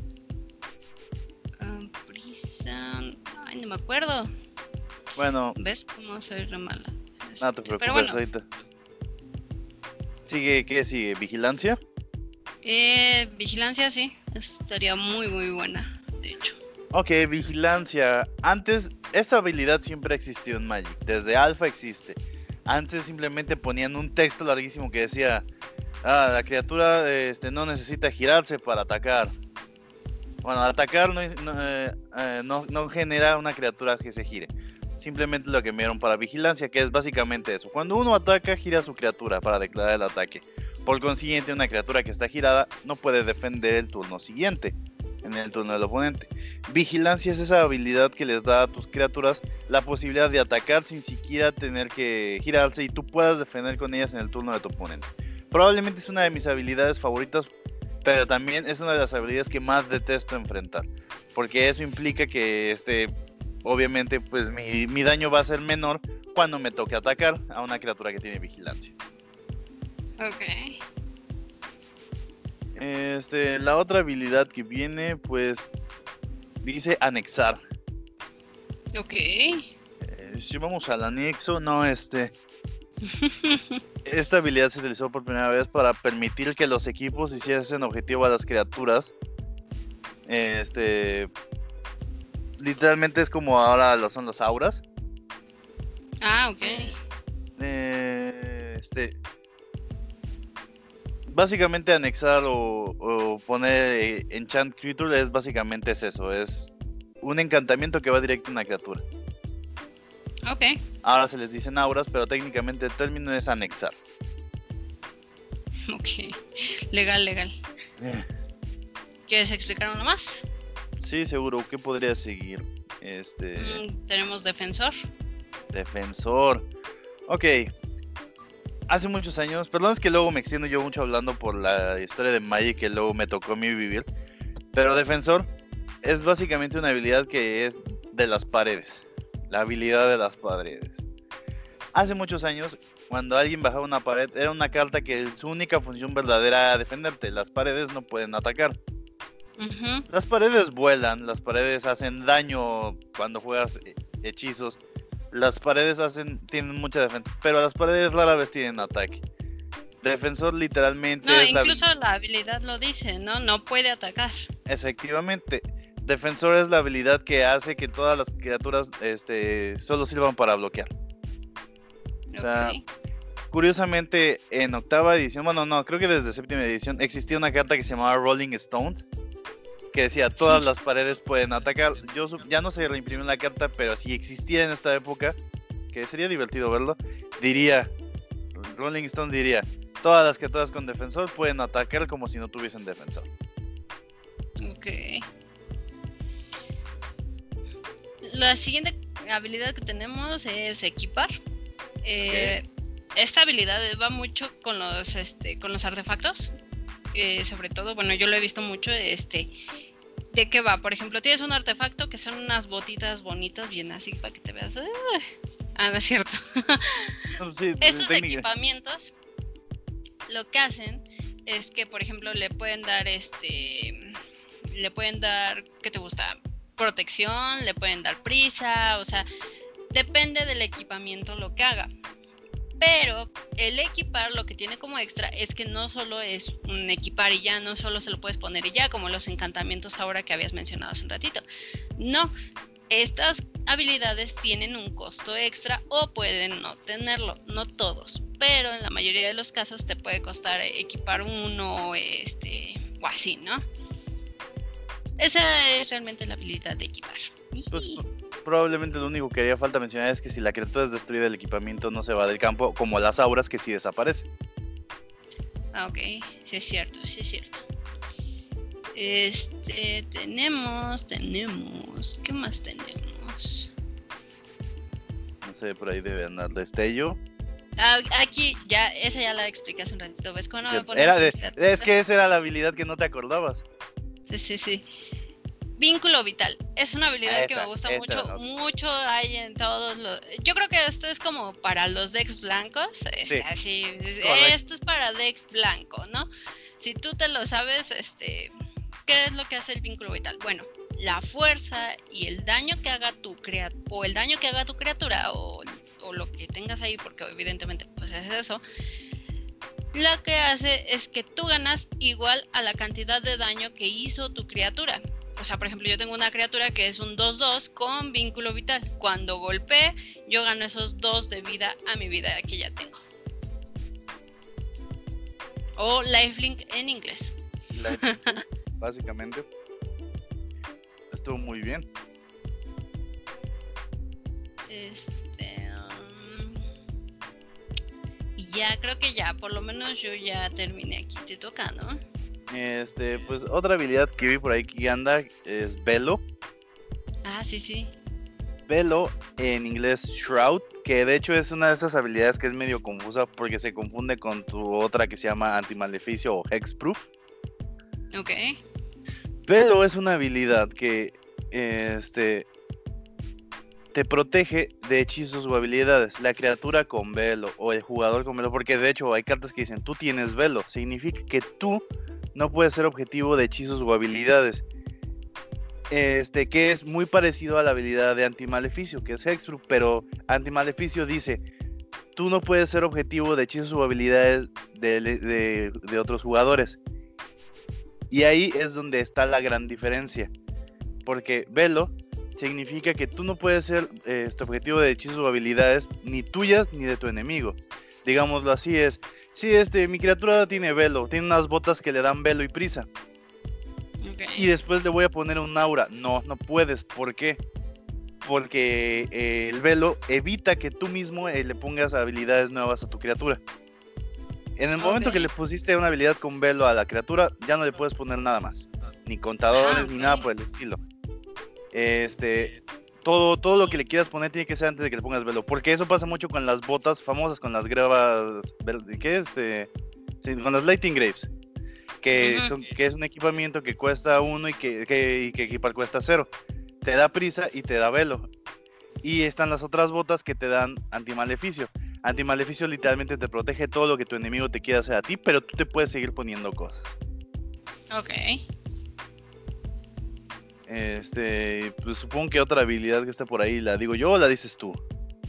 uh, prisa. Ay, no me acuerdo. Bueno. ¿Ves cómo soy re mala? Este, No te preocupes, pero bueno. ahorita. ¿Sigue? ¿Qué sigue? ¿Vigilancia? Eh, vigilancia, sí. Estaría muy, muy buena, de hecho. Ok, vigilancia. Antes, esta habilidad siempre existió en Magic. Desde Alpha existe. Antes simplemente ponían un texto larguísimo que decía: ah, la criatura este, no necesita girarse para atacar. Bueno, atacar no, no, eh, eh, no, no genera una criatura que se gire. Simplemente lo cambiaron para vigilancia, que es básicamente eso. Cuando uno ataca, gira su criatura para declarar el ataque. Por consiguiente, una criatura que está girada no puede defender el turno siguiente, en el turno del oponente. Vigilancia es esa habilidad que les da a tus criaturas la posibilidad de atacar sin siquiera tener que girarse y tú puedas defender con ellas en el turno de tu oponente. Probablemente es una de mis habilidades favoritas, pero también es una de las habilidades que más detesto enfrentar, porque eso implica que este, obviamente pues mi, mi daño va a ser menor cuando me toque atacar a una criatura que tiene vigilancia. Ok. Este, la otra habilidad que viene, pues, dice anexar. Ok. Eh, si vamos al anexo, no, este... Esta habilidad se utilizó por primera vez para permitir que los equipos hiciesen objetivo a las criaturas. Este... Literalmente es como ahora lo son los auras. Ah, ok. Eh, este... Básicamente anexar o, o poner eh, enchant creature es básicamente es eso, es un encantamiento que va directo a una criatura. Ok. Ahora se les dicen auras, pero técnicamente el término es anexar. Ok. Legal, legal. ¿Quieres explicar uno más? Sí, seguro. ¿Qué podría seguir? Este... Mm, tenemos defensor. Defensor. Ok. Hace muchos años, perdón, es que luego me extiendo yo mucho hablando por la historia de Magic que luego me tocó a mí vivir. Pero defensor es básicamente una habilidad que es de las paredes. La habilidad de las paredes. Hace muchos años, cuando alguien bajaba una pared, era una carta que su única función verdadera era defenderte. Las paredes no pueden atacar. Uh-huh. Las paredes vuelan, las paredes hacen daño cuando juegas hechizos. Las paredes hacen, tienen mucha defensa, pero las paredes rara vez tienen ataque. Defensor literalmente no, es incluso la... la habilidad lo dice, ¿no? No puede atacar. Efectivamente. Defensor es la habilidad que hace que todas las criaturas este, solo sirvan para bloquear. O sea, okay. Curiosamente en octava edición, bueno no, creo que desde séptima edición existía una carta que se llamaba Rolling Stone, que decía todas las paredes pueden atacar. Yo ya no se reimprimió la carta, pero si existía en esta época, que sería divertido verlo, diría, Rolling Stone diría, todas las criaturas con defensor pueden atacar como si no tuviesen defensor. Ok. La siguiente habilidad que tenemos es equipar. Eh, okay. Esta habilidad va mucho con los, este, con los artefactos. Eh, sobre todo, bueno, yo lo he visto mucho, este... ¿De qué va? Por ejemplo, tienes un artefacto que son unas botitas bonitas, bien así, para que te veas. Ah, no es cierto. No, sí, Estos técnica. equipamientos lo que hacen es que, por ejemplo, le pueden dar este... Le pueden dar, ¿qué te gusta? Protección, le pueden dar prisa, o sea, depende del equipamiento lo que haga. Pero el equipar lo que tiene como extra es que no solo es un equipar y ya, no solo se lo puedes poner y ya, como los encantamientos ahora que habías mencionado hace un ratito. No, estas habilidades tienen un costo extra o pueden no tenerlo, no todos, pero en la mayoría de los casos te puede costar equipar uno, este, o así, ¿no? Esa es realmente la habilidad de equipar. Pues probablemente lo único que haría falta mencionar es que si la criatura es destruida, el equipamiento no se va del campo, como las auras que sí desaparecen. Ah, ok, sí es cierto, sí es cierto. Este, tenemos, tenemos, ¿qué más tenemos? No sé, por ahí debe andar destello. Ah, aquí, ya, esa ya la expliqué hace un ratito, ¿ves? Cuando me pones Era de, esta- es que esa era la habilidad que no te acordabas. Sí, sí, sí. Vínculo vital. Es una habilidad Esa, que me gusta esa, mucho. ok. Mucho hay en todos los... Yo creo que esto es como para los decks blancos. Sí, Este, así, correcto. esto es para deck blanco, ¿no? Si tú te lo sabes, este, ¿qué es lo que hace el vínculo vital? Bueno, la fuerza y el daño que haga tu criatura, o el daño que haga tu criatura, o, o lo que tengas ahí, porque evidentemente pues es eso. Lo que hace es que tú ganas igual a la cantidad de daño que hizo tu criatura. O sea, por ejemplo, yo tengo una criatura que es un dos dos con vínculo vital. Cuando golpee, yo gano esos dos de vida a mi vida que ya tengo. O lifelink en inglés. La- básicamente. Estuvo muy bien. Este... um, Y ya, creo que ya, por lo menos yo ya terminé aquí. Te toca, ¿no? Este, pues otra habilidad que vi por ahí que anda es Velo. Ah, sí, sí. Velo, en inglés Shroud, que de hecho es una de esas habilidades que es medio confusa porque se confunde con tu otra que se llama Antimaleficio o Hexproof. Ok. Velo es una habilidad que este te protege de hechizos o habilidades. La criatura con velo o el jugador con velo, porque de hecho hay cartas que dicen tú tienes velo, significa que tú no puedes ser objetivo de hechizos o habilidades. Este, que es muy parecido a la habilidad de Antimaleficio, que es Hexproof, pero Antimaleficio dice, tú no puedes ser objetivo de hechizos o habilidades de, de, de otros jugadores. Y ahí es donde está la gran diferencia, porque Velo significa que tú no puedes ser eh, este objetivo de hechizos o habilidades ni tuyas ni de tu enemigo. Digámoslo así es, sí, este, mi criatura tiene Velo, tiene unas botas que le dan Velo y prisa. Okay. Y después le voy a poner un aura. No, no puedes. ¿Por qué? Porque eh, el velo evita que tú mismo eh, le pongas habilidades nuevas a tu criatura. En el momento Okay. que le pusiste una habilidad con velo a la criatura, ya no le puedes poner nada más. Ni contadores, Ah, okay. ni nada por el estilo. Este, todo, todo lo que le quieras poner tiene que ser antes de que le pongas velo. Porque eso pasa mucho con las botas famosas, con las gravas... ¿Qué es? Este, sí, con las Lightning Graves. Que, Uh-huh. son, que es un equipamiento que cuesta uno y que, que, y que equipar cuesta cero. Te da prisa y te da velo. Y están las otras botas que te dan antimaleficio. Antimaleficio literalmente te protege todo lo que tu enemigo te quiera hacer a ti, pero tú te puedes seguir poniendo cosas. Ok. Este, pues supongo que otra habilidad que está por ahí, ¿la digo yo o la dices tú?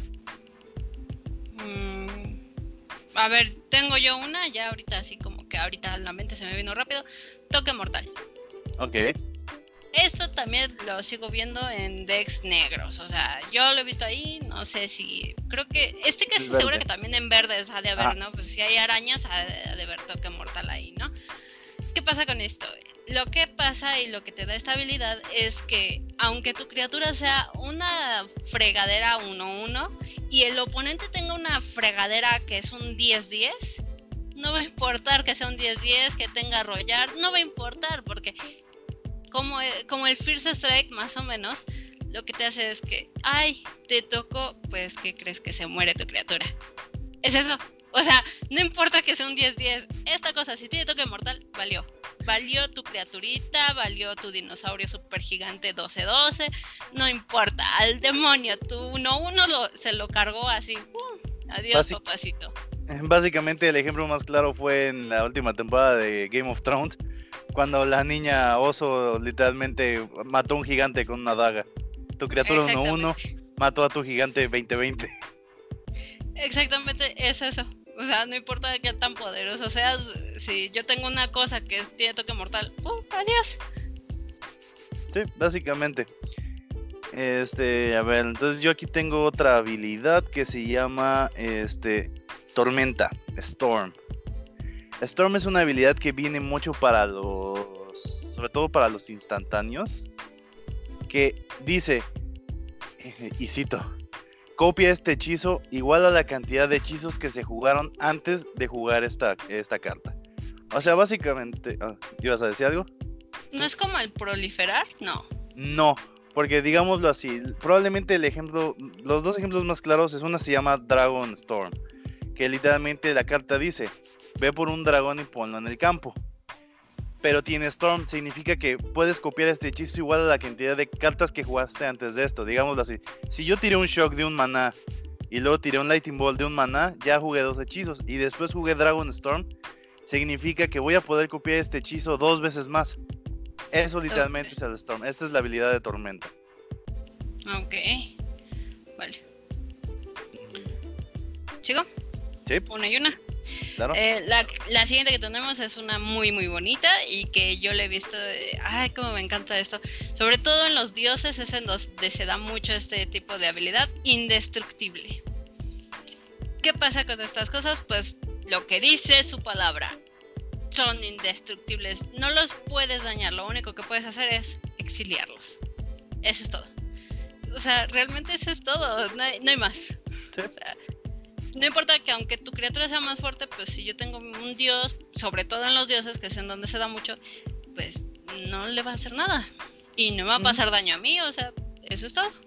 Mm, a ver, tengo yo una, ya ahorita así como que ahorita la mente se me vino rápido. Toque mortal. Ok. Esto también lo sigo viendo en decks negros, o sea, yo lo he visto ahí, no sé si, creo que, estoy casi Verde. segura que también en verdes ha de haber, Ah. ¿no? Pues si hay arañas ha de, ha de haber toque mortal ahí, ¿no? ¿Qué pasa con esto? Lo que pasa y lo que te da esta habilidad es que aunque tu criatura sea una fregadera uno uno y el oponente tenga una fregadera que es un diez diez, no va a importar que sea un diez diez, que tenga arrollar, no va a importar porque como, como el First Strike más o menos, lo que te hace es que, ay, te tocó, pues, ¿qué crees? Que se muere tu criatura. Es eso. O sea, no importa que sea un diez diez, esta cosa, si tiene toque mortal, valió. valió tu criaturita, valió tu dinosaurio super gigante doce doce, no importa, al demonio, tu uno uno lo, se lo cargó así, ¡pum! Adiós, Basi- papacito. Básicamente el ejemplo más claro fue en la última temporada de Game of Thrones, cuando la niña oso literalmente mató a un gigante con una daga. Tu criatura uno uno mató a tu gigante veinte veinte. Exactamente, es eso. O sea, no importa qué tan poderoso seas, si yo tengo una cosa que tiene toque mortal, ¡pum! Adiós. Sí, básicamente. Este, a ver, entonces yo aquí tengo otra habilidad que se llama este Tormenta, Storm. Storm es una habilidad que viene mucho para los, sobre todo para los instantáneos, que dice, y cito, copia este hechizo igual a la cantidad de hechizos que se jugaron antes de jugar esta, esta carta. O sea, básicamente, oh, ¿ibas a decir algo? ¿No es como el proliferar? No. No. Porque digámoslo así, probablemente el ejemplo, los dos ejemplos más claros es una se llama Dragon Storm, que literalmente la carta dice, ve por un dragón y ponlo en el campo. Pero tiene Storm, significa que puedes copiar este hechizo igual a la cantidad de cartas que jugaste antes de esto, digámoslo así. Si yo tiré un Shock de un maná y luego tiré un Lightning Bolt de un maná, ya jugué dos hechizos y después jugué Dragon Storm, significa que voy a poder copiar este hechizo dos veces más. Eso literalmente okay. Es el Storm. Esta es la habilidad de Tormenta. Ok. Vale. ¿Sigo? Sí. Una y una. Claro. Eh, la, la siguiente que tenemos es una muy muy bonita y que yo le he visto. Eh, ay, cómo me encanta esto. Sobre todo en los dioses es en donde se da mucho este tipo de habilidad. Indestructible. ¿Qué pasa con estas cosas? Pues lo que dice su palabra. Son indestructibles, no los puedes dañar, lo único que puedes hacer es exiliarlos. Eso es todo. O sea, realmente eso es todo, no hay, no hay más. ¿Sí? O sea, no importa que aunque tu criatura sea más fuerte, pues si yo tengo un dios, sobre todo en los dioses, que es en donde se da mucho, pues no le va a hacer nada. Y no me va a pasar mm. daño a mí, o sea, eso es todo.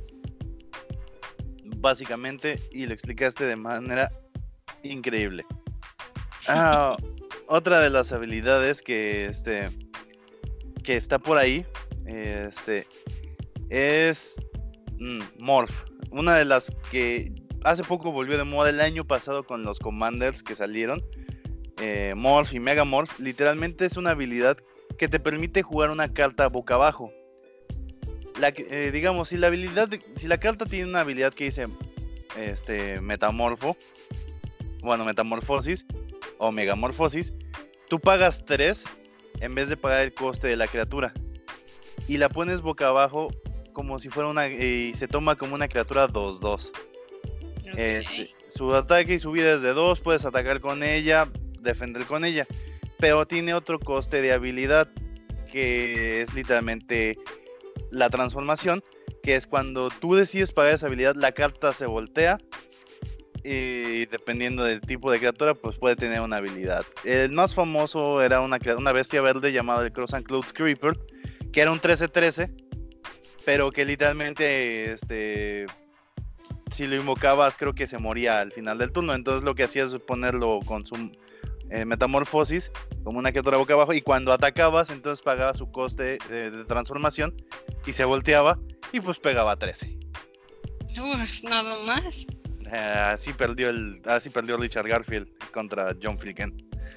Básicamente, y lo explicaste de manera increíble. Ah... Otra de las habilidades que este que está por ahí este es mm, Morph, una de las que hace poco volvió de moda el año pasado con los Commanders que salieron, eh, Morph y Mega Morph. Literalmente es una habilidad que te permite jugar una carta boca abajo. La, eh, digamos, si la habilidad, si la carta tiene una habilidad que dice este metamorfo, bueno, metamorfosis o megamorfosis, tú pagas tres en vez de pagar el coste de la criatura y la pones boca abajo como si fuera una y eh, se toma como una criatura dos dos. Okay. Este, su ataque y su vida es de dos, puedes atacar con ella, defender con ella, pero tiene otro coste de habilidad que es literalmente la transformación, que es cuando tú decides pagar esa habilidad, la carta se voltea y dependiendo del tipo de criatura pues puede tener una habilidad. El más famoso era una, una bestia verde llamada el Cross and Clouds Creeper, que era un trece trece, pero que literalmente este, si lo invocabas creo que se moría al final del turno. Entonces lo que hacías es ponerlo con su eh, metamorfosis como una criatura boca abajo, y cuando atacabas entonces pagaba su coste de, de transformación y se volteaba y pues pegaba trece. Uf, nada más. Uh, así perdió el así perdió Richard Garfield contra John Flicken.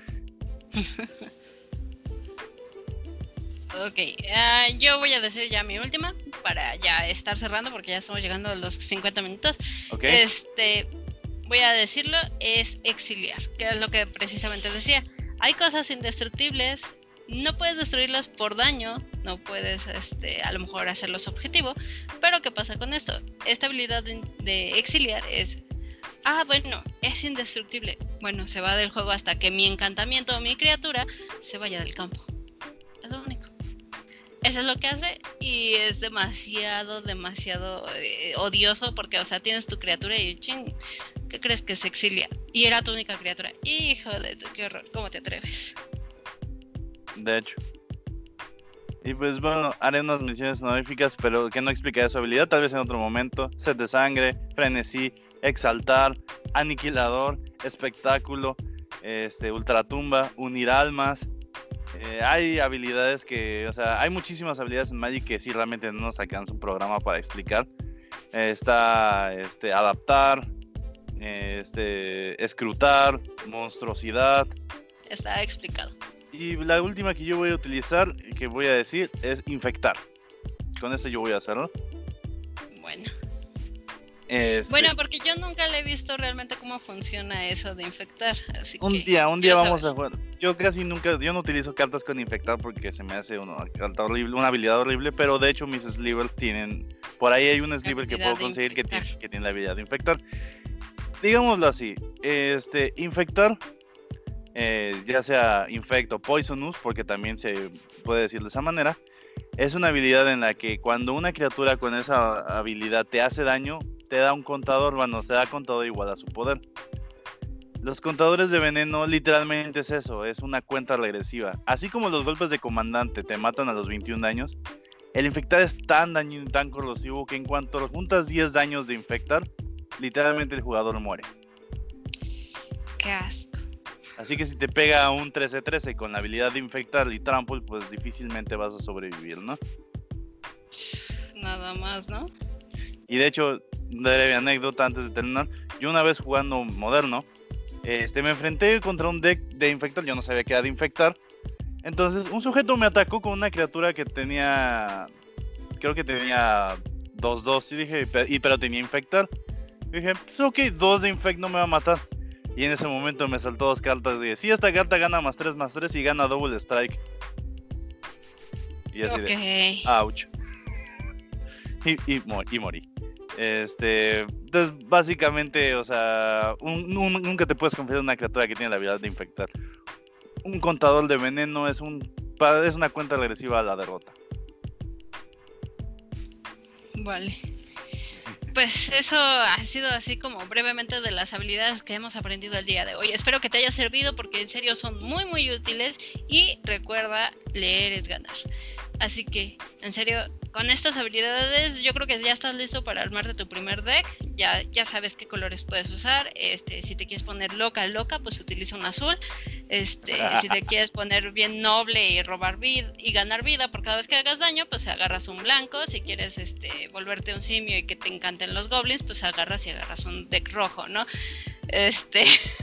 Ok, uh, yo voy a decir ya mi última para ya estar cerrando porque ya estamos llegando a los cincuenta minutos. Okay. Este, voy a decirlo, es exiliar, que es lo que precisamente decía. Hay cosas indestructibles, no puedes destruirlas por daño, no puedes este, a lo mejor hacerlos objetivo, pero ¿qué pasa con esto? Esta habilidad de, de exiliar es, ah, bueno, es indestructible. Bueno, se va del juego hasta que mi encantamiento o mi criatura se vaya del campo. Es lo único. Eso es lo que hace y es demasiado, demasiado eh, odioso porque, o sea, tienes tu criatura y ching, ¿qué crees que se exilia? Y era tu única criatura. Híjole, qué horror, ¿cómo te atreves? De hecho. Y pues bueno, haré unas misiones honoríficas, pero que no explicaré su habilidad, tal vez en otro momento. Sed de sangre, frenesí, exaltar, aniquilador, espectáculo, este, ultratumba, unir almas, Eh, hay habilidades que, o sea, hay muchísimas habilidades en Magic que sí realmente no nos alcanza un programa para explicar. Eh, está este, adaptar, eh, este, escrutar, monstruosidad. Está explicado. Y la última que yo voy a utilizar, que voy a decir, es infectar. Con este yo voy a hacerlo. Bueno. Este, bueno, porque yo nunca le he visto realmente cómo funciona eso de infectar. Así un que día, un día vamos saber. a jugar. Yo casi nunca, yo no utilizo cartas con infectar porque se me hace una carta horrible, una habilidad horrible, pero de hecho mis slivers tienen, por ahí hay un sliver que puedo conseguir que tiene, que tiene la habilidad de infectar. Digámoslo así, este, infectar, eh, ya sea infect o poisonous, porque también se puede decir de esa manera, es una habilidad en la que cuando una criatura con esa habilidad te hace daño, te da un contador, bueno, te da contador igual a su poder. Los contadores de veneno literalmente es eso, es una cuenta regresiva. Así como los golpes de comandante te matan a los veintiún daños, el infectar es tan dañino y tan corrosivo que en cuanto juntas diez daños de infectar, literalmente el jugador muere. Qué asco. Así que si te pega un trece trece con la habilidad de infectar y trample, pues difícilmente vas a sobrevivir, ¿no? Nada más, ¿no? Y de hecho, breve anécdota antes de terminar, yo una vez jugando moderno, este, me enfrenté contra un deck de infectar, yo no sabía que era de infectar. Entonces un sujeto me atacó con una criatura que tenía, creo que tenía dos dos, y dije, y, pero tenía infectar. Y dije, pues ok, dos de infect no me va a matar. Y en ese momento me saltó dos cartas y dije, sí, esta carta gana más tres más tres y gana double strike. Y así okay. de, ouch. y, y, y morí. Este, entonces básicamente, o sea, un, un, nunca te puedes confiar en una criatura que tiene la habilidad de infectar. Un contador de veneno es un es una cuenta regresiva a la derrota. Vale. Pues eso ha sido así como brevemente de las habilidades que hemos aprendido el día de hoy. Espero que te haya servido porque en serio son muy muy útiles y recuerda, leer es ganar. Así que, en serio, con estas habilidades yo creo que ya estás listo para armarte tu primer deck. Ya, ya sabes qué colores puedes usar. Este, si te quieres poner loca, loca, pues utiliza un azul. Este, si te quieres poner bien noble y robar vida y ganar vida por cada vez que hagas daño, pues agarras un blanco. Si quieres este, volverte un simio y que te encanten los goblins, pues agarras y agarras un deck rojo, ¿no? Este...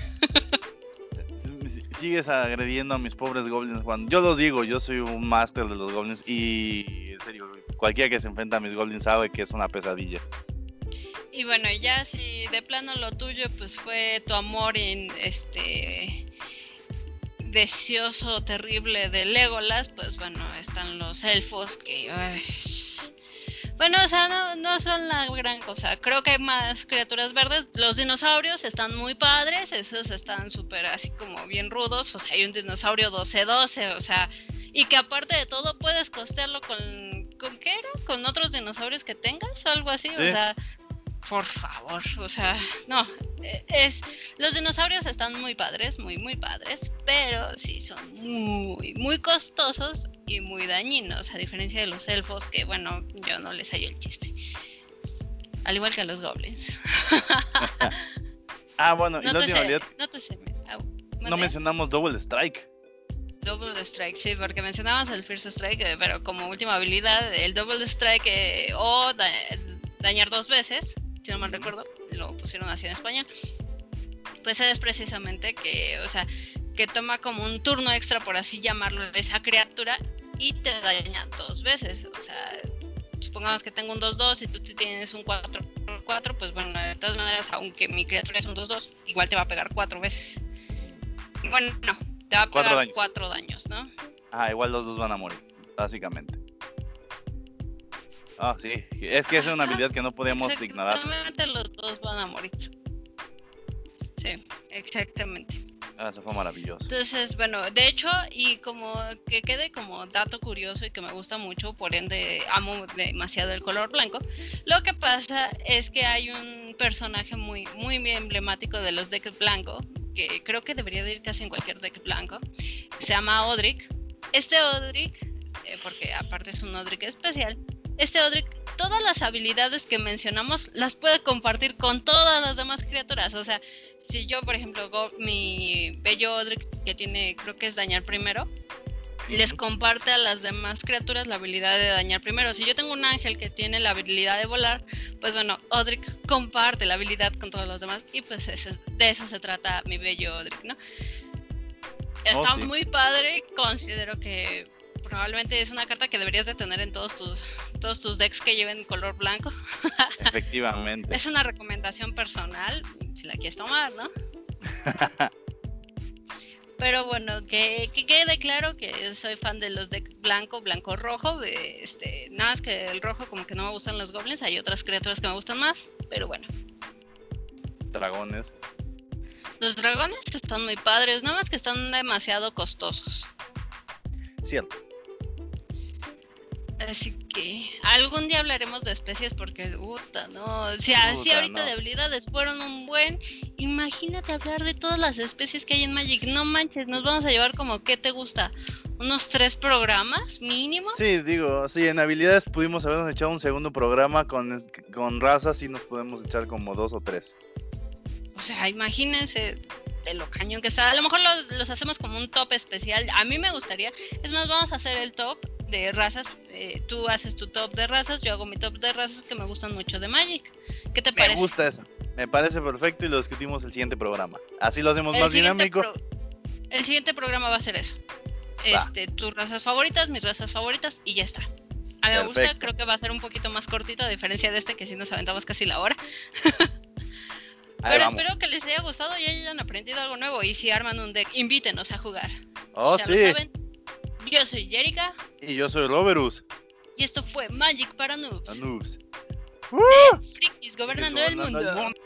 Sigues agrediendo a mis pobres goblins, Juan. Yo los digo, yo soy un máster de los goblins y en serio, cualquiera que se enfrenta a mis goblins sabe que es una pesadilla. Y bueno, ya si de plano lo tuyo pues fue tu amor en este deseoso terrible de Legolas, pues bueno, están los elfos que ay, bueno, o sea, no, no son la gran cosa. Creo que hay más criaturas verdes. Los dinosaurios están muy padres. Esos están súper así como bien rudos. O sea, hay un dinosaurio doce doce. O sea, y que aparte de todo puedes costearlo con... ¿Con qué era? ¿Con otros dinosaurios que tengas o algo así? ¿Sí? O sea, por favor. O sea, no. Es... Los dinosaurios están muy padres, muy, muy padres. Pero sí son muy, muy costosos y muy dañinos, a diferencia de los elfos, que bueno, yo no les hallo el chiste. Al igual que a los goblins. Ah, bueno, y la última habilidad. No te sé. No mencionamos Double Strike. Double Strike, sí, porque mencionabas el First Strike, pero como última habilidad, el Double Strike eh, o da dañar dos veces, si no mal recuerdo, lo pusieron así en España. Pues es precisamente que, o sea, que toma como un turno extra, por así llamarlo, de esa criatura y te daña dos veces. O sea, supongamos que tengo un dos dos y tú tienes un cuatro cuatro, pues bueno, de todas maneras, aunque mi criatura es un dos dos, igual te va a pegar cuatro veces. Bueno, no, te va a pegar cuatro daños, cuatro daños, ¿no? Ah, igual los dos van a morir, básicamente. Ah, sí, es que esa es una habilidad que no podemos ignorar. Exactamente, los dos van a morir. Sí, exactamente. Ah, eso fue maravilloso. Entonces, bueno, de hecho, y como que quede como dato curioso y que me gusta mucho, por ende amo demasiado el color blanco, lo que pasa es que hay un personaje muy, muy emblemático de los decks blancos, que creo que debería de ir casi en cualquier deck blanco, se llama Odric. Este Odric, eh, porque aparte es un Odric especial, este Odric, todas las habilidades que mencionamos las puede compartir con todas las demás criaturas. O sea, si yo, por ejemplo, go, mi bello Odric, que tiene, creo que es dañar primero, les comparte a las demás criaturas la habilidad de dañar primero. Si yo tengo un ángel que tiene la habilidad de volar, pues bueno, Odric comparte la habilidad con todos los demás y pues ese, de eso se trata mi bello Odric, ¿no? Está Oh, sí. muy padre, considero que probablemente es una carta que deberías de tener en todos tus todos tus decks que lleven color blanco. Efectivamente. Es una recomendación personal, si la quieres tomar, ¿no? Pero bueno, que, que quede claro que soy fan de los decks blanco, blanco, rojo. De, este, nada más que el rojo como que no me gustan los goblins, hay otras criaturas que me gustan más, pero bueno. Dragones. Los dragones están muy padres, nada más que están demasiado costosos. Cierto. Así que algún día hablaremos de especies porque, puta, no, si así Puta, ahorita no. de habilidades fueron un buen, imagínate hablar de todas las especies que hay en Magic, no manches, nos vamos a llevar como, ¿qué te gusta? ¿Unos tres programas mínimo? Sí, digo, sí, en habilidades pudimos habernos echado un segundo programa con, con razas y nos podemos echar como dos o tres. O sea, imagínense de lo cañón que está, a lo mejor los, los hacemos como un top especial, a mí me gustaría, es más, vamos a hacer el top de razas, eh, tú haces tu top de razas, yo hago mi top de razas que me gustan mucho de Magic. ¿Qué te Me parece? gusta eso, me parece perfecto y lo discutimos el siguiente programa. Así lo hacemos El más siguiente dinámico. pro- el siguiente programa va a ser eso. Va. Este, tus razas favoritas, mis razas favoritas y ya está. A mí me gusta, Perfecto. creo que va a ser un poquito más cortito a diferencia de este que sí nos aventamos casi la hora. Ahí Pero vamos. espero que les haya gustado y hayan aprendido algo nuevo. Y si arman un deck, invítenos a jugar. Oh, Ya sí. lo saben. Yo soy Jerica Y yo soy Roberus. y esto fue Magic para Noobs. Noobs. Frikis gobernando el Gobernando mundo. el mundo.